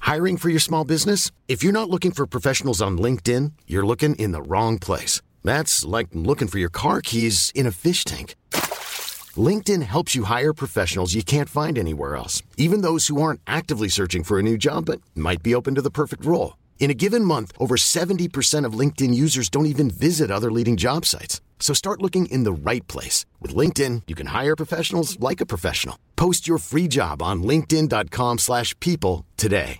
Hiring for your small business? If you're not looking for professionals on LinkedIn, you're looking in the wrong place. That's like looking for your car keys in a fish tank. LinkedIn helps you hire professionals you can't find anywhere else, even those who aren't actively searching for a new job but might be open to the perfect role. In a given month, over 70% of LinkedIn users don't even visit other leading job sites. So start looking in the right place. With LinkedIn, you can hire professionals like a professional. Post your free job on linkedin.com/people today.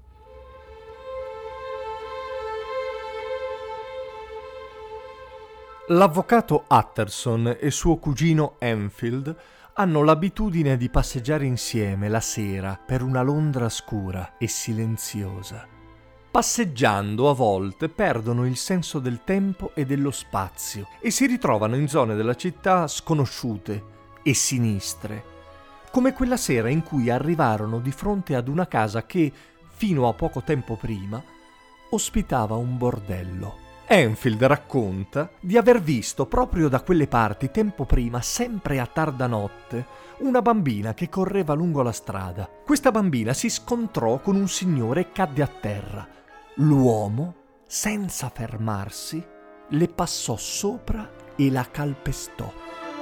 L'avvocato Utterson e suo cugino Enfield hanno l'abitudine di passeggiare insieme la sera per una Londra scura e silenziosa. Passeggiando a volte perdono il senso del tempo e dello spazio e si ritrovano in zone della città sconosciute e sinistre, come quella sera in cui arrivarono di fronte ad una casa che, fino a poco tempo prima, ospitava un bordello. Enfield racconta di aver visto proprio da quelle parti tempo prima, sempre a tarda notte, una bambina che correva lungo la strada. Questa bambina si scontrò con un signore e cadde a terra. L'uomo, senza fermarsi, le passò sopra e la calpestò.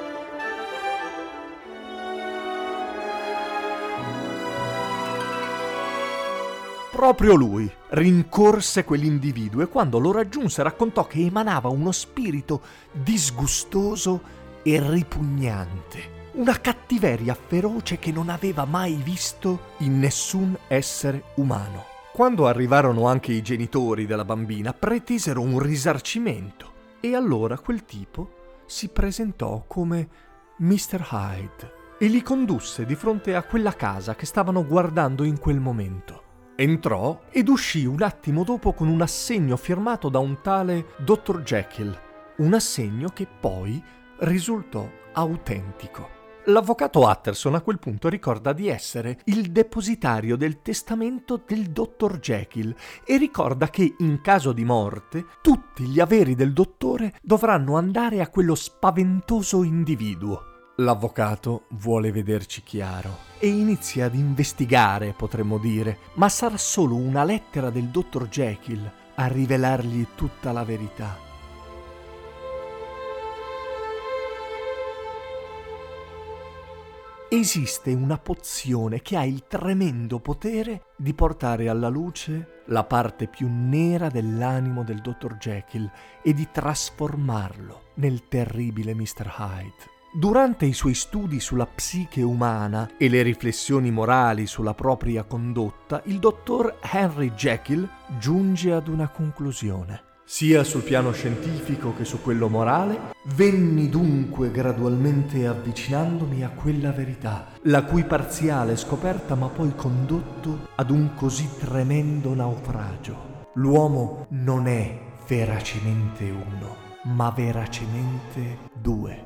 Proprio lui rincorse quell'individuo e quando lo raggiunse raccontò che emanava uno spirito disgustoso e ripugnante, una cattiveria feroce che non aveva mai visto in nessun essere umano. Quando arrivarono anche i genitori della bambina, pretesero un risarcimento e allora quel tipo si presentò come Mr. Hyde e li condusse di fronte a quella casa che stavano guardando in quel momento. Entrò ed uscì un attimo dopo con un assegno firmato da un tale Dr. Jekyll, un assegno che poi risultò autentico. L'avvocato Utterson a quel punto ricorda di essere il depositario del testamento del Dr. Jekyll e ricorda che in caso di morte tutti gli averi del dottore dovranno andare a quello spaventoso individuo. L'avvocato vuole vederci chiaro e inizia ad investigare, potremmo dire, ma sarà solo una lettera del dottor Jekyll a rivelargli tutta la verità. Esiste una pozione che ha il tremendo potere di portare alla luce la parte più nera dell'animo del dottor Jekyll e di trasformarlo nel terribile Mr. Hyde. Durante i suoi studi sulla psiche umana e le riflessioni morali sulla propria condotta, il dottor Henry Jekyll giunge ad una conclusione. Sia sul piano scientifico che su quello morale, venni dunque gradualmente avvicinandomi a quella verità, la cui parziale scoperta m'ha poi condotto ad un così tremendo naufragio. L'uomo non è veracemente uno, ma veracemente due.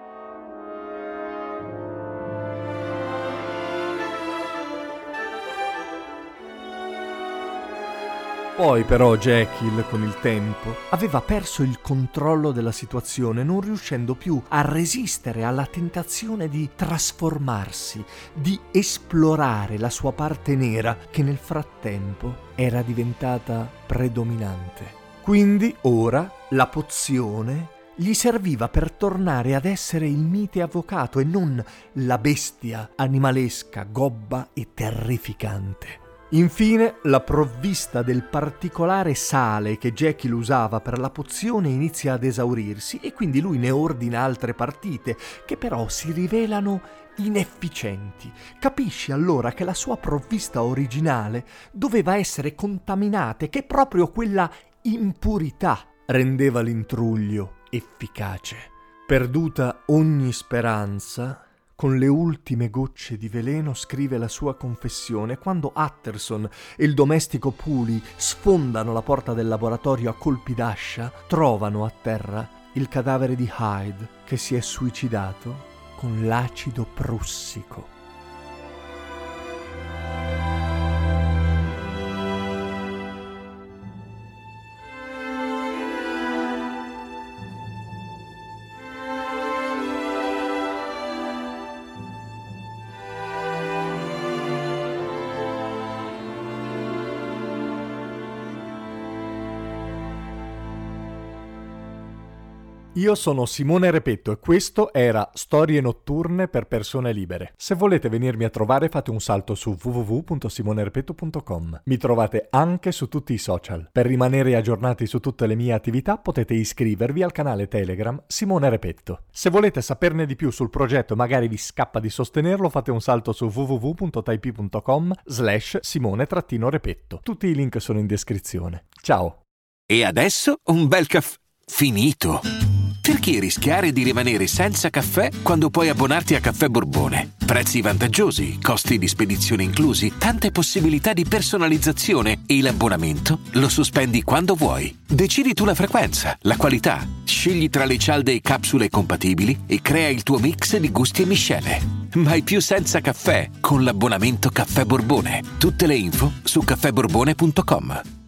Poi però Jekyll, con il tempo, aveva perso il controllo della situazione, non riuscendo più a resistere alla tentazione di trasformarsi, di esplorare la sua parte nera che nel frattempo era diventata predominante. Quindi ora la pozione gli serviva per tornare ad essere il mite avvocato e non la bestia animalesca, gobba e terrificante. Infine, la provvista del particolare sale che Jekyll usava per la pozione inizia ad esaurirsi e quindi lui ne ordina altre partite, che però si rivelano inefficienti. Capisce allora che la sua provvista originale doveva essere contaminata e che proprio quella impurità rendeva l'intruglio efficace. Perduta ogni speranza, con le ultime gocce di veleno scrive la sua confessione. Quando Utterson e il domestico Pooley sfondano la porta del laboratorio a colpi d'ascia, trovano a terra il cadavere di Hyde che si è suicidato con l'acido prussico. Io sono Simone Repetto e questo era Storie notturne per persone libere. Se volete venirmi a trovare fate un salto su www.simonerepetto.com. Mi trovate anche su tutti i social. Per rimanere aggiornati su tutte le mie attività potete iscrivervi al canale Telegram Simone Repetto. Se volete saperne di più sul progetto e magari vi scappa di sostenerlo fate un salto su www.type.com/Simone-Repetto. Tutti i link sono in descrizione. Ciao! E adesso un bel caffè finito. Perché rischiare di rimanere senza caffè quando puoi abbonarti a Caffè Borbone? Prezzi vantaggiosi, costi di spedizione inclusi, tante possibilità di personalizzazione e l'abbonamento lo sospendi quando vuoi. Decidi tu la frequenza, la qualità, scegli tra le cialde e capsule compatibili e crea il tuo mix di gusti e miscele. Mai più senza caffè con l'abbonamento Caffè Borbone. Tutte le info su caffèborbone.com.